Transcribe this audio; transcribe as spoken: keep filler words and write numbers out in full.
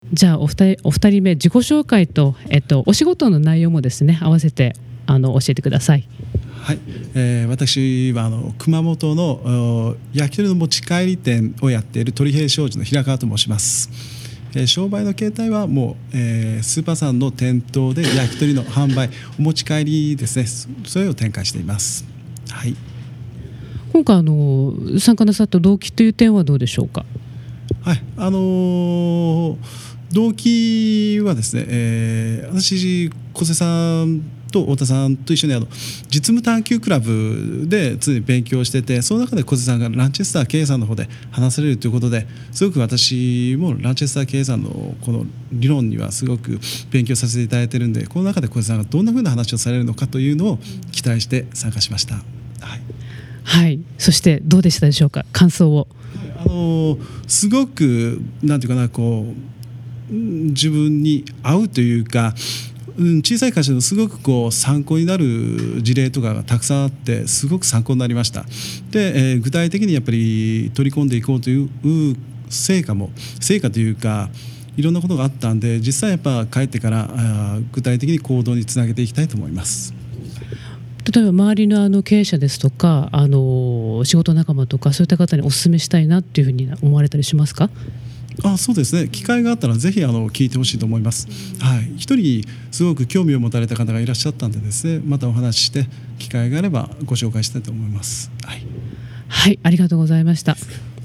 じゃあお二人、お二人目自己紹介と、えっと、お仕事の内容もですね合わせてあの教えてください。 はい、えー、私はあの熊本の焼き鳥の持ち帰り店をやっている鳥平商事の平川と申します。えー、商売の形態はもう、えー、スーパーさんの店頭で焼き鳥の販売お持ち帰りですね、それを展開しています。はい、 今回あの参加なさった動機という点はどうでしょうか。 はい、あのー、動機はですね、えー、私小瀬さんと太田さんと一緒にあの実務探究クラブで常に勉強してて、その中で小瀬さんがランチェスター経営さんの方で話されるということで、すごく私もランチェスター経営さんのこの理論にはすごく勉強させていただいているんで、この中で小瀬さんがどんなふうな話をされるのかというのを期待して参加しました。はい、 はい、そしてどうでしたでしょうか、感想を。 あのすごくなんていうかな、こう自分に合うというか、うん、小さい会社のすごくこう参考になる事例とかがたくさんあって、すごく参考になりました。で、えー、具体的にやっぱり取り込んでいこうという成果も成果というかいろんなことがあったんで、実際やっぱ帰ってからあ具体的に行動につなげていきたいと思います。 例えば周りのあの経営者ですとか、あの仕事仲間とかそういった方にお勧めしたいなっていうふうに思われたりしますか。 あ、そうですね、機会があったらぜひあの聞いてほしいと思います。はい、一人すごく興味を持たれた方がいらっしゃったんでですね、またお話しして機会があればご紹介したいと思います。はい、 はい、ありがとうございました。